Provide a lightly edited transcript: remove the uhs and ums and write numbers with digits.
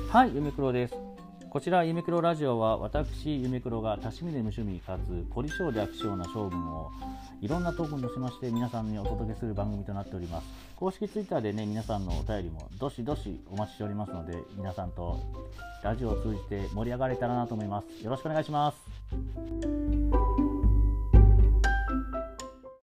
はい、ゆめくろです。こちらゆめくろラジオは、私ゆめくろが多趣味で無趣味かつ凝り性で飽き性な性分をいろんなトークに乗せまして皆さんにお届けする番組となっております。公式ツイッターでね、皆さんのお便りもどしどしお待ちしておりますので、皆さんとラジオを通じて盛り上がれたらなと思います。よろしくお願いします。